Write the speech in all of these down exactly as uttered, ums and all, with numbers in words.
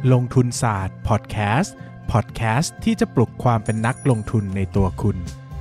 ลงทุนศาสตร์พอดแคสต์พอดแคสต์ที่จะปลุกความเป็นนักลงทุนในตัวคุณ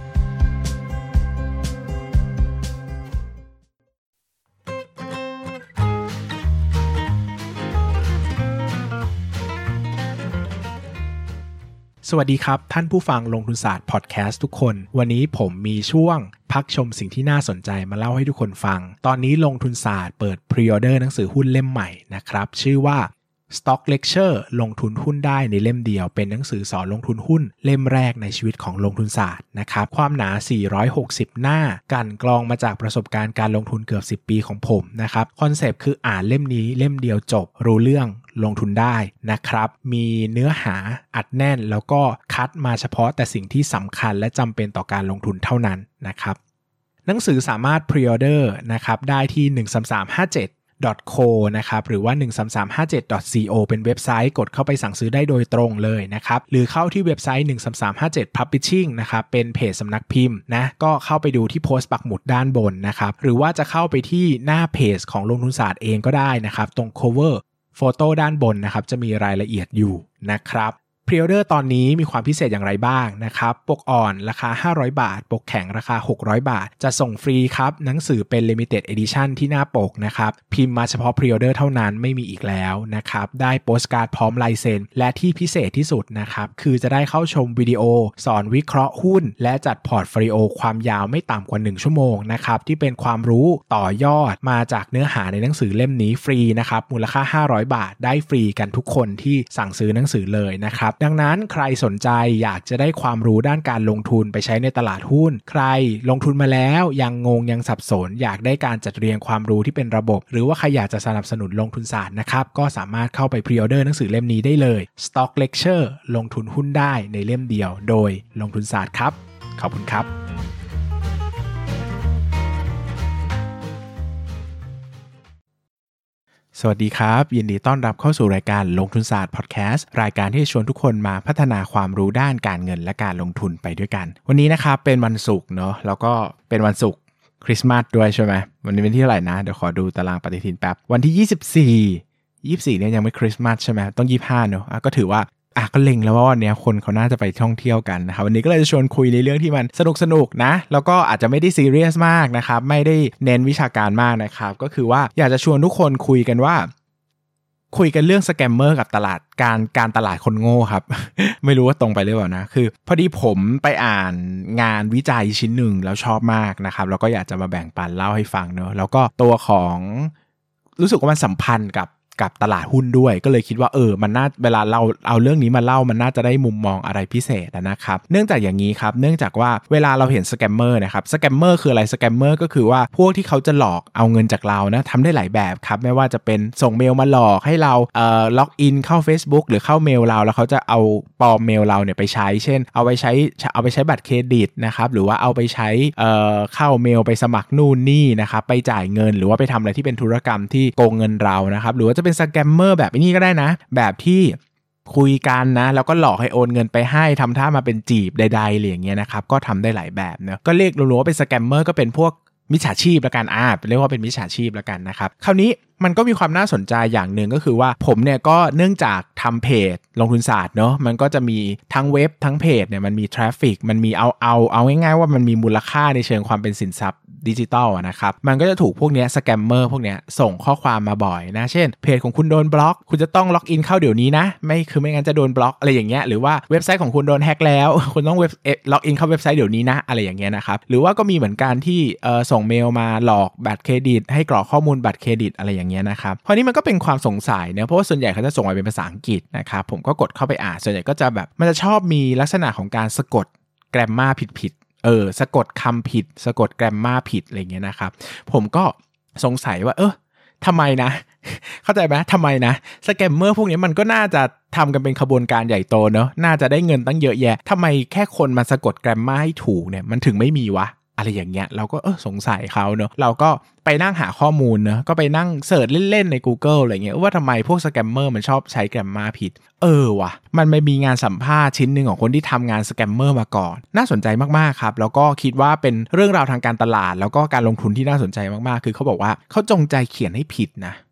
สวัสดีครับท่านผู้ฟังลงทุนศาสตร์พอดแคสต์ทุกคนวันนี้ผมมีช่วงพักชมสิ่งที่น่าสนใจมาเล่าให้ทุกคนฟังตอนนี้ลงทุนศาสตร์เปิดพรีออเดอร์หนังสือหุ้นเล่มใหม่นะครับชื่อว่า Stock Lecture ลงทุนหุ้นได้ในเล่มเดียวเป็นหนังสือสอนลงทุนหุ้นเล่มแรกในชีวิตของลงทุนศาสตร์นะครับความหนาสี่ร้อยหกสิบหน้ากันกรองมาจากประสบการณ์การลงทุนเกือบสิบปีของผมนะครับคอนเซปต์คืออ่านเล่มนี้เล่มเดียวจบรู้เรื่องลงทุนได้นะครับมีเนื้อหาอัดแน่นแล้วก็คัดมาเฉพาะแต่สิ่งที่สำคัญและจำเป็นต่อการลงทุนเท่านั้นนะครับหนังสือสามารถพรีออเดอร์นะครับได้ที่หนึ่งสามสามห้าเจ็ด ดอท โค นะครับหรือว่าหนึ่งสามสามห้าเจ็ด ดอท ซี โอ เป็นเว็บไซต์กดเข้าไปสั่งซื้อได้โดยตรงเลยนะครับหรือเข้าที่เว็บไซต์หนึ่งสามสามห้าเจ็ด Publishing นะครับเป็นเพจสำนักพิมพ์นะก็เข้าไปดูที่โพสต์ปักหมุดด้านบนนะครับหรือว่าจะเข้าไปที่หน้าเพจของลงทุนศาสตร์เองก็ได้นะครับตรง coverโฟโต้ด้านบนนะครับจะมีรายละเอียดอยู่นะครับพรีออเดอร์ตอนนี้มีความพิเศษอย่างไรบ้างนะครับปกอ่อนราคาห้าร้อยบาทปกแข็งราคาหกร้อยบาทจะส่งฟรีครับหนังสือเป็น Limited Edition ที่หน้าปกนะครับพิมพ์มาเฉพาะพรีออเดอร์เท่านั้นไม่มีอีกแล้วนะครับได้โปสการ์ดพร้อมลายเซ็นและที่พิเศษที่สุดนะครับคือจะได้เข้าชมวิดีโอสอนวิเคราะห์หุ้นและจัดพอร์ตโฟลิโอความยาวไม่ต่ำกว่าหนึ่งชั่วโมงนะครับที่เป็นความรู้ต่อยอดมาจากเนื้อหาในหนังสือเล่มนี้ฟรีนะครับมูลค่าห้าร้อยบาทได้ฟรีกันทุกคนที่สั่งซื้อหนังสือเลยนะครับดังนั้นใครสนใจอยากจะได้ความรู้ด้านการลงทุนไปใช้ในตลาดหุ้นใครลงทุนมาแล้วยังงงยังสับสนอยากได้การจัดเรียงความรู้ที่เป็นระบบหรือว่าใครอยากจะสนับสนุนลงทุนศาสตร์นะครับก็สามารถเข้าไปพรีออเดอร์หนังสือเล่มนี้ได้เลย Stock Lecture ลงทุนหุ้นได้ในเล่มเดียวโดยลงทุนศาสตร์ครับขอบคุณครับสวัสดีครับยินดีต้อนรับเข้าสู่รายการลงทุนศาสตร์พอดแคสต์รายการที่จะชวนทุกคนมาพัฒนาความรู้ด้านการเงินและการลงทุนไปด้วยกันวันนี้นะครับเป็นวันศุกร์เนาะแล้วก็เป็นวันศุกร์คริสต์มาสด้วยใช่ไหมวันนี้เป็นที่เท่าไหร่นะเดี๋ยวขอดูตารางปฏิทินแป๊บวันที่ยี่สิบสี่ ยี่สิบสี่เนี่ยยังไม่คริสต์มาสใช่ไหมต้องยี่สิบห้าเนาะก็ถือว่าอ่ะก็เล็งแล้วว่าวันนี้คนเขาน่าจะไปท่องเที่ยวกันนะครับวันนี้ก็เลยจะชวนคุยในเรื่องที่มันสนุกสนุกนะแล้วก็อาจจะไม่ได้ซีเรียสมากนะครับไม่ได้เน้นวิชาการมากนะครับก็คือว่าอยากจะชวนทุกคนคุยกันว่าคุยกันเรื่องสแกมเมอร์กับตลาดการการตลาดคนโง่ครับ ไม่รู้ว่าตรงไปหรือเปล่านะคือพอดีผมไปอ่านงานวิจัยชิ้นหนึ่งแล้วชอบมากนะครับแล้วก็อยากจะมาแบ่งปันเล่าให้ฟังเนอะแล้วก็ตัวของรู้สึกว่ามันสัมพันธ์กับกับตลาดหุ้นด้วยก็เลยคิดว่าเออมันน่าเวลาเราเอาเรื่องนี้มาเล่ามันน่าจะได้มุมมองอะไรพิเศษนะครับเนื่องจากอย่างนี้ครับเนื่องจากว่าเวลาเราเห็นสแกมเมอร์นะครับสแกมเมอร์คืออะไรสแกมเมอร์ก็คือว่าพวกที่เขาจะหลอกเอาเงินจากเรานะทำได้หลายแบบครับไม่ว่าจะเป็นส่งเมลมาหลอกให้เราเอ่อล็อกอินเข้า Facebook หรือเข้าเมลเราแล้วเขาจะเอาปลอมเมลเราเนี่ยไปใช้เช่นเอาไปใช้เอาไปใช้บัตรเครดิตนะครับหรือว่าเอาไปใช้เอ่อเข้าเมลไปสมัครนู่นนี่นะครับไปจ่ายเงินหรือว่าไปทำอะไรที่เป็นธุรกรรมที่โกงเงินเรานะครับหรือว่าจะเป็นสแกมเมอร์แบบนี้ก็ได้นะแบบที่คุยกันนะแล้วก็หลอกให้โอนเงินไปให้ทำท่ามาเป็นจีบใดๆอะไรอย่างเงี้ยนะครับก็ทำได้หลายแบบเนอะก็เรียกรวมๆว่าเป็นสแกมเมอร์ก็เป็นพวกมิจฉาชีพละกันอ่าเรียกว่าเป็นมิจฉาชีพละกันนะครับคราวนี้มันก็มีความน่าสนใจอย่างหนึ่งก็คือว่าผมเนี่ยก็เนื่องจากทำเพจลงทุนศาสตร์เนาะมันก็จะมีทั้งเว็บทั้งเพจเนี่ยมันมีทราฟฟิกมันมีเอาเอาเอาง่ายๆว่ามันมีมูลค่าในเชิงความเป็นสินทรัพย์ดิจิตอลนะครับมันก็จะถูกพวกเนี้ยสแกมเมอร์พวกเนี้ยส่งข้อความมาบ่อยนะเช่นเพจของคุณโดนบล็อกคุณจะต้องล็อกอินเข้าเดี๋ยวนี้นะไม่คือไม่งั้นจะโดนบล็อกอะไรอย่างเงี้ยหรือว่าเว็บไซต์ของคุณโดนแฮกแล้วคุณต้องเว็บล็อกอินเข้าเว็บไซต์เดี๋ยวนี้นะอะไรอย่างเงี้ยนะครับหรือว่าก็มีเหมือนกันที่เอ่อส่งเมลมาหลอกบัตรเครดิตให้กรอกข้อมูลบัตรเครดิตอะไรอย่างเงี้ยนะครับคราวนี้มันก็เป็นความสงสัยเนะเพราะว่าส่วนใหญ่เขาจะส่งมาเป็นภาษาอังกฤษนะครับผมก็กดเข้าไปอ่านส่วนใหญ่ก็จะแบบมันจะชอบมีลักษณะของการสะกดแกรมมาผิดๆเออสะกดคำผิดสะกดแกรมมาผิดอะไรเงี้ยนะครับผมก็สงสัยว่าเออทำไมนะ เข้าใจไหมทำไมนะสแกมเมอร์พวกนี้มันก็น่าจะทำกันเป็นขบวนการใหญ่โตเนอะน่าจะได้เงินตั้งเยอะแยะทำไมแค่คนมาสะกดแกรมมาให้ถูกเนี่ยมันถึงไม่มีวะอะไรอย่างเงี้ยเราก็เออสงสัยเขาเนอะเราก็ไปนั่งหาข้อมูลเนอะก็ไปนั่งเสิร์ชเล่นๆใน Google อะไรเงี้ยว่าทำไมพวกสแกมเมอร์มันชอบใช้แกรมมาผิดเออว่ะมันไม่มีงานสัมภาษณ์ชิ้นหนึ่งของคนที่ทำงานสแกมเมอร์มาก่อนน่าสนใจมากๆครับแล้วก็คิดว่าเป็นเรื่องราวทางการตลาดแล้วก็การลงทุนที่น่าสนใจมากๆคือเขาบอกว่าเขาจงใจเขียนให้ผิดนะเ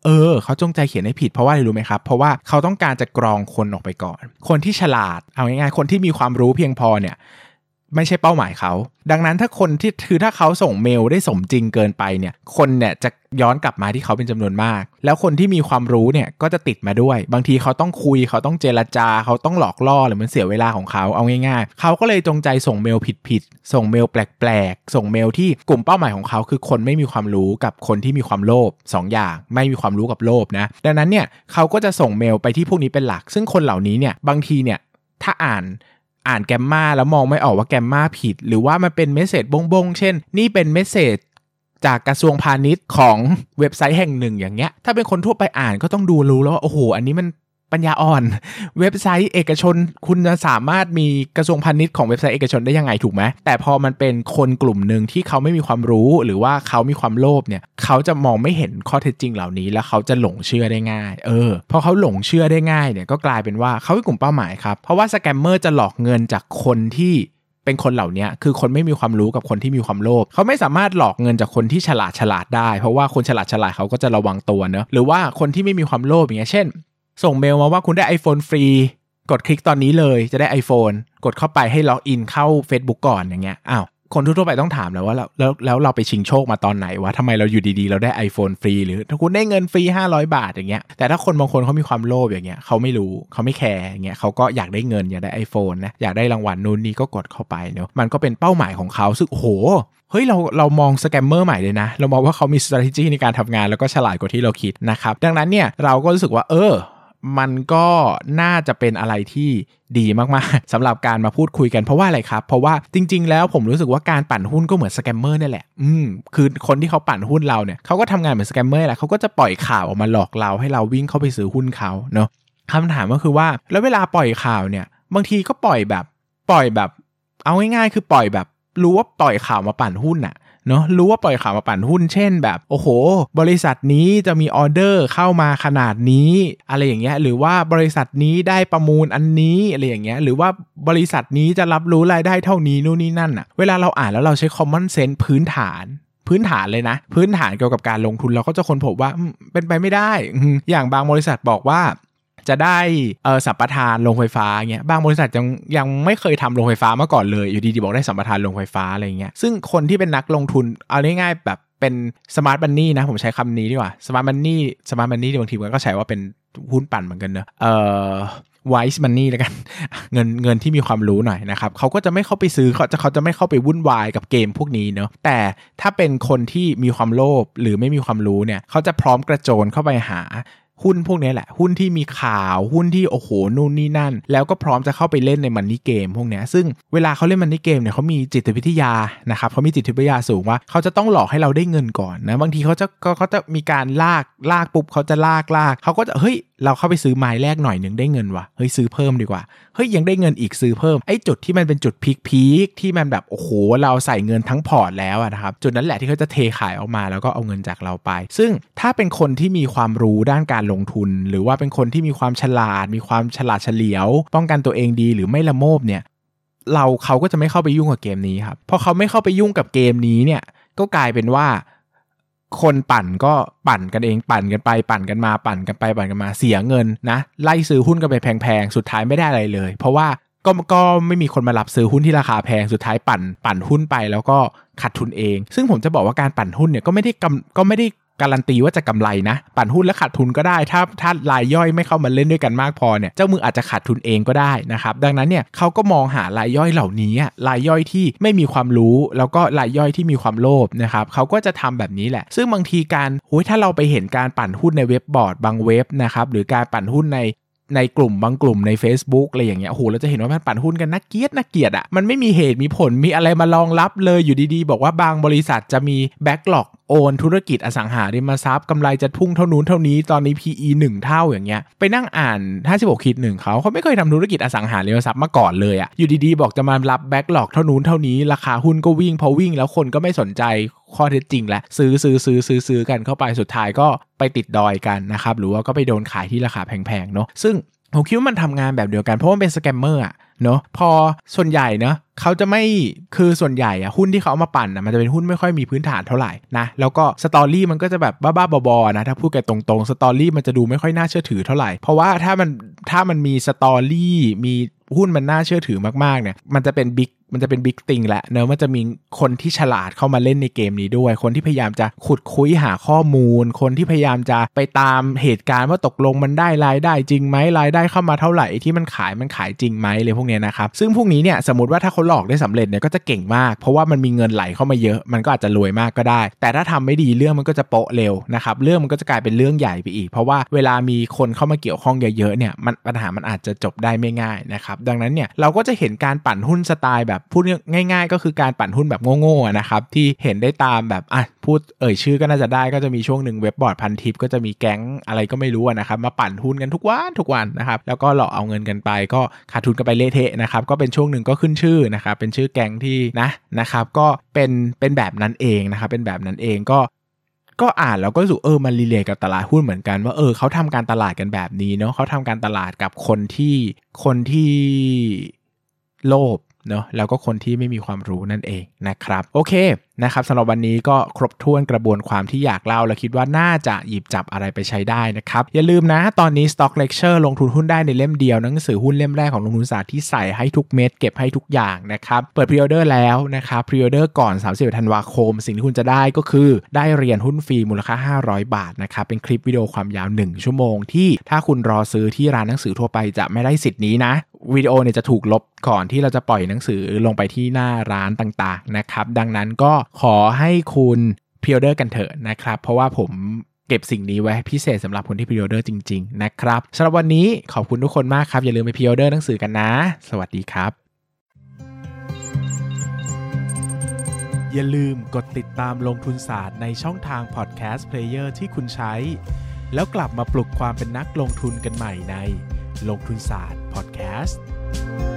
เออเขาจงใจเขียนให้ผิดเพราะว่าอะไรรู้ไหมครับเพราะว่าเขาต้องการจะกรองคนออกไปก่อนคนที่ฉลาดเอาง่ายๆคนที่มีความรู้เพียงพอเนี่ยไม่ใช่เป้าหมายเขาดังนั้นถ้าคนที่คือถ้าเขาส่งเมลได้สมจริงเกินไปเนี่ยคนเนี่ยจะย้อนกลับมาที่เขาเป็นจำนวนมากแล้วคนที่มีความรู้เนี่ยก็จะติดมาด้วยบางทีเขาต้องคุยเขาต้องเจรจาเขาต้องหลอกล่อหรือมันเสียเวลาของเขาเอาง่ายๆเขาก็เลยจงใจส่งเมลผิดๆส่งเมลแปลกๆส่งเมลที่กลุ่มเป้าหมายของเขาคือคนไม่มีความรู้กับคนที่มีความโลภสองอย่างไม่มีความรู้กับโลภนะดังนั้นเนี่ยเขาก็จะส่งเมลไปที่พวกนี้เป็นหลักซึ่งคนเหล่านี้เนี่ยบางทีเนี่ยถ้าอ่านอ่านแกมมาแล้วมองไม่ออกว่าแกมมาผิดหรือว่ามันเป็นเมสเสจบงๆเช่นนี่เป็นเมสเสจจากกระทรวงพาณิชย์ของเว็บไซต์แห่งหนึ่งอย่างเงี้ยถ้าเป็นคนทั่วไปอ่านก็ต้องดูรู้แล้วว่าโอ้โหอันนี้มันปัญญาอ่อนเว็บไซต์เอกชนคุณจะสามารถมีกระทรวงพาณิชย์ของเว็บไซต์เอกชนได้ยังไงถูกไหมแต่พอมันเป็นคนกลุ่มหนึ่งที่เขาไม่มีความรู้หรือว่าเขามีความโลภเนี่ยเขาจะมองไม่เห็นข้อเท็จจริงเหล่านี้แล้วเขาจะหลงเชื่อได้ง่ายเออพอเขาหลงเชื่อได้ง่ายเนี่ยก็กลายเป็นว่าเขาเป็นกลุ่มเป้าหมายครับเพราะว่าสแกมเมอร์จะหลอกเงินจากคนที่เป็นคนเหล่านี้คือคนไม่มีความรู้กับคนที่มีความโลภเขาไม่สามารถหลอกเงินจากคนที่ฉลาดฉลาดได้เพราะว่าคนฉลาดฉลาดเขาก็จะระวังตัวเนอะหรือว่าคนที่ไม่มีความโลภอย่างเงี้ยเช่นส่งเมลมาว่าคุณได้ iPhone ฟรีกดคลิกตอนนี้เลยจะได้ iPhone กดเข้าไปให้ล็อกอินเข้า Facebook ก่อนอย่างเงี้ยอ้าวคนทั่วไปต้องถามแล้วว่าแล้วแล้วแล้วเราไปชิงโชคมาตอนไหนวะทำไมเราอยู่ดีๆเราได้ iPhone ฟรีหรือถ้าคุณได้เงินฟรีห้าร้อยบาทอย่างเงี้ยแต่ถ้าคนบางคนเขามีความโลภอย่างเงี้ยเขาไม่รู้เขาไม่แคร์อย่างเงี้ยเขาก็อยากได้เงินอยากได้ iPhone นะอยากได้รางวัลนู่นนี่ก็กดเข้าไปเนาะมันก็เป็นเป้าหมายของเขาซึ่งโอ้โหเฮ้ยเราเรามองสแกมเมอร์ใหม่เลยนะเรามองว่าเขามี strategy ในการทำงานแล้วก็ฉลาดกว่าที่เราคิดนะครับดังนั้นเนี่ยเราก็รู้สึกว่าเออมันก็น่าจะเป็นอะไรที่ดีมากๆสำหรับการมาพูดคุยกันเพราะว่าอะไรครับเพราะว่าจริงๆแล้วผมรู้สึกว่าการปั่นหุ้นก็เหมือนสแกมเมอร์นี่แหละอืมคือคนที่เขาปั่นหุ้นเราเนี่ยเขาก็ทำงานเหมือนสแกมเมอร์แหละเขาก็จะปล่อยข่าวออกมาหลอกเราให้เราวิ่งเข้าไปซื้อหุ้นเขาเนาะคำถามก็คือว่าแล้วเวลาปล่อยข่าวเนี่ยบางทีก็ปล่อยแบบปล่อยแบบเอาง่ายๆคือปล่อยแบบรู้ว่าปล่อยข่าวมาปั่นหุ้นน่ะเนาะรู้ว่าปล่อยข่าวมาปั่นหุ้นเช่นแบบโอ้โหบริษัทนี้จะมีออเดอร์เข้ามาขนาดนี้อะไรอย่างเงี้ยหรือว่าบริษัทนี้ได้ประมูลอันนี้อะไรอย่างเงี้ยหรือว่าบริษัทนี้จะรับรู้รายได้เท่านี้นู่นนี่นั่นอ่ะเวลาเราอ่านแล้วเราใช้ common sense พื้นฐานพื้นฐานเลยนะพื้นฐานเกี่ยวกับการลงทุนเราก็จะค้นพบว่าเป็นไปไม่ได้อย่างบางบริษัทบอกว่าจะได้เออสัมปทานโรงไฟฟ้าเงี้ยบางบริษัทยังยังไม่เคยทำโรงไฟฟ้ามาก่อนเลยอยู่ดีๆบอกได้สัมปทานโรงไฟฟ้าอะไรเงี้ยซึ่งคนที่เป็นนักลงทุนเอาง่ายๆแบบเป็นสมาร์ทมันนี่นะผมใช้คำนี้ดีกว่าสมาร์ทมันนี่สมาร์ทมันนี่บางทีมันก็ใช้ว่าเป็นหุ้นปั่นเหมือนกันเนอะเอ่อwise money แล้วกันเงินเงินที่มีความรู้หน่อยนะครับเขาก็จะไม่เข้าไปซื้อเขาจะเขาจะไม่เข้าไปวุ่นวายกับเกมพวกนี้เนอะแต่ถ้าเป็นคนที่มีความโลภหรือไม่มีความรู้เนี่ยเขาจะพร้อมกระโจนเข้าไปหาหุ้นพวกนี้แหละหุ้นที่มีข่าวหุ้นที่โอ้โหนู่นนี่นั่นแล้วก็พร้อมจะเข้าไปเล่นในมันนี่เกมพวกนี้ซึ่งเวลาเขาเล่นมันนี่เกมเนี่ยเขามีจิตวิทยานะครับเขามีจิตวิทยาสูงว่าเขาจะต้องหลอกให้เราได้เงินก่อนนะบางทีเขาจะเขาจะมีการลากลากปุ๊บเขาจะลากลากเขาก็จะเฮ้ยเราเข้าไปซื้อไม้แรกหน่อยนึงได้เงินว่ะเฮ้ยซื้อเพิ่มดีกว่าเฮ้ยยังได้เงินอีกซื้อเพิ่มไอ้จุดที่มันเป็นจุดพีคพีคที่มันแบบโอ้โหเราใส่เงินทั้งพอร์ตแล้วนะครับจุดนั้นแหละที่เขาจะเทขายออกมาแล้วก็เอาเงินจากเราไปซึ่งถ้าเป็นคนที่มีความรู้ด้านการลงทุนหรือว่าเป็นคนที่มีความฉลาดมีความฉลาดเฉลียวป้องกันตัวเองดีหรือไม่ละโมบเนี่ยเราเขาก็จะไม่เข้าไปยุ่งกับเกมนี้ครับพอเขาไม่เข้าไปยุ่งกับเกมนี้เนี่ยก็กลายเป็นว่าคนปั่นก็ปั่นกันเองปั่นกันไปปั่นกันมาปั่นกันไปปั่นกันมาเสียเงินนะไล่ซื้อหุ้นกันไปแพงๆสุดท้ายไม่ได้อะไรเลยเพราะว่าก็ก็ไม่มีคนมารับซื้อหุ้นที่ราคาแพงสุดท้ายปั่นปั่นหุ้นไปแล้วก็ขาดทุนเองซึ่งผมจะบอกว่าการปั่นหุ้นเนี่ยก็ไม่ได้กำก็ไม่ได้การันตีว่าจะกำไรนะปั่นหุ้นแล้วขาดทุนก็ได้ถ้าถ้ารายย่อยไม่เข้ามาเล่นด้วยกันมากพอเนี่ยเจ้ามืออาจจะขาดทุนเองก็ได้นะครับดังนั้นเนี่ยเขาก็มองหารายย่อยเหล่านี้รายย่อยที่ไม่มีความรู้แล้วก็รายย่อยที่มีความโลภนะครับเขาก็จะทำแบบนี้แหละซึ่งบางทีการโอ้ยถ้าเราไปเห็นการปั่นหุ้นในเว็บบอร์ดบางเว็บนะครับหรือการปั่นหุ้นในในกลุ่มบางกลุ่มใน Facebook อะไรอย่างเงี้ยโอ้โหเราจะเห็นว่ามันปั่นหุ้นกันน่าเกลียดน่าเกลียดอ่ะมันไม่มีเหตุมีผลมีอะไรมารองรับเลยอยู่ดีๆบอกว่าบางบริษัทจะมีแบ็คล็อกโอนธุรกิจอสังหาริมทรัพย์กำไรจะพุ่งเท่านู้นเท่านี้ตอนนี้ พี อี หนึ่งเท่าอย่างเงี้ยไปนั่งอ่านห้าสิบหกขีดหนึ่งเขาเขาไม่เคยทำธุรกิจอสังหาริมทรัพย์มาก่อนเลยอ่ะอยู่ดีๆบอกจะมารับแบ็คล็อกเท่านู้นเท่านี้ราคาหุ้นก็วิ่งพอวิ่งแล้วคนก็ไม่สนใจข้อเท็จจริงแล้วซื้อซื้อซื้อซื้อซื้อกันเข้าไปสุดท้ายก็ไปติดดอยกันนะครับหรือว่าก็ไปโดนขายที่ราคาแพงๆเนาะซึ่งผมคิดว่ามันทำงานแบบเดียวกันเพราะว่าเป็นสแกมเมอร์อ่ะเนาะพอส่วนใหญ่เนาะเขาจะไม่คือส่วนใหญ่อะหุ้นที่เขาเอามาปั่นอะมันจะเป็นหุ้นไม่ค่อยมีพื้นฐานเท่าไหร่นะแล้วก็สตอรี่มันก็จะแบบบ้าๆบอๆนะถ้าพูดกันตรงๆสตอรี่มันจะดูไม่ค่อยน่าเชื่อถือเท่าไหร่เพราะว่าถ้ามันถ้ามันมีสตอรี่มีหุ้นมันน่าเชื่อถือมากๆเนี่ยมันจะเป็นบิ๊กมันจะเป็นบิ๊กติงแหละเนอะมันจะมีคนที่ฉลาดเข้ามาเล่นในเกมนี้ด้วยคนที่พยายามจะขุดคุยหาข้อมูลคนที่พยายามจะไปตามเหตุการณ์ว่าตกลงมันได้รายได้จริงไหมรายได้เข้ามาเท่าไหร่ที่มันขายมันขายจริงไหมเลยพวกนี้นะครับซึ่งพวกนี้เนี่ยสมมติว่าถ้าเขาหลอกได้สำเร็จเนี่ยก็จะเก่งมากเพราะว่ามันมีเงินไหลเข้ามาเยอะมันก็อาจจะรวยมากก็ได้แต่ถ้าทำไม่ดีเรื่องมันก็จะโปะเร็วนะครับเรื่องมันก็จะกลายเป็นเรื่องใหญ่ไปอีกเพราะว่าเวลามีคนเข้ามาเกี่ยวข้องเยอะๆเนี่ยมันปัญหามันอาจจะจบได้ไม่ง่ายนะครับดังนั้นเนี่ยเราก็จะเห็นการปั่นหุ้นสไตล์แบบพูดง่ายๆก็คือการปั่นหุ้นแบบโง่ๆนะครับที่เห็นได้ตามแบบอ่ะพูดเอ่ยชื่อก็น่าจะได้ก็จะมีช่วงหนึ่งเว็บบอร์ดพันทิปก็จะมีแก๊งอะไรก็ไม่รู้นะครับมาปั่นหุ้นกันทุกวันทุกวันนะครับแล้วก็หลอกเอาเงินกันไปก็ขาดทุนกันไปเละเทะนะครับก็เป็นช่วงหนึ่งก็ขึ้นชื่อนะครับเป็นชื่อแก๊งที่นะนะครับก็เป็นเป็นแบบนั้นเองนะครับเป็นแบบนั้นเองก็ก็อ่านแล้วก็รู้สึกเออมันรีเลทกับตลาดหุ้นเหมือนกันว่าเออเขาทำการตลาดกันแบบนี้เนาะเขาทำการตลาดกับคนที่คนที่โลภเนาะแล้วก็คนที่ไม่มีความรู้นั่นเองนะครับโอเคนะครับสำหรับวันนี้ก็ครบถ้วนกระบวนความที่อยากเล่าและคิดว่าน่าจะหยิบจับอะไรไปใช้ได้นะครับอย่าลืมนะตอนนี้ Stock Lecture ลงทุนหุ้นได้ในเล่มเดียวหนังสือหุ้นเล่มแรกของลงทุนศาสตร์ที่ใส่ให้ทุกเม็ดเก็บให้ทุกอย่างนะครับเปิดพรีออเดอร์แล้วนะครับพรีออเดอร์ก่อนสามสิบเอ็ดธันวาคมสิ่งที่คุณจะได้ก็คือได้เรียนหุ้นฟรีมูลค่าห้าร้อยบาทนะครับเป็นคลิปวิดีโอความยาวหนึ่งชั่วโมงที่ถ้าคุณรอซื้อที่ร้านหนังสือทั่วไปจะไม่ได้สิทธิ์นี้นะวิดีโอเนี่ยจะถูกลบก่อนที่เราจะปล่อยหนังสือลงไปที่หน้าร้านต่างๆนะครับดังนั้นก็ขอให้คุณพรีออเดอร์กันเถอะนะครับเพราะว่าผมเก็บสิ่งนี้ไว้พิเศษสำหรับคนที่พรีออเดอร์จริงๆนะครับสำหรับวันนี้ขอบคุณทุกคนมากครับอย่าลืมไปพรีออเดอร์หนังสือกันนะสวัสดีครับอย่าลืมกดติดตามลงทุนศาสตร์ในช่องทางพอดแคสต์เพลเยอร์ที่คุณใช้แล้วกลับมาปลุกความเป็นนักลงทุนกันใหม่ในลงทุนศาสตร์พอดแคสต์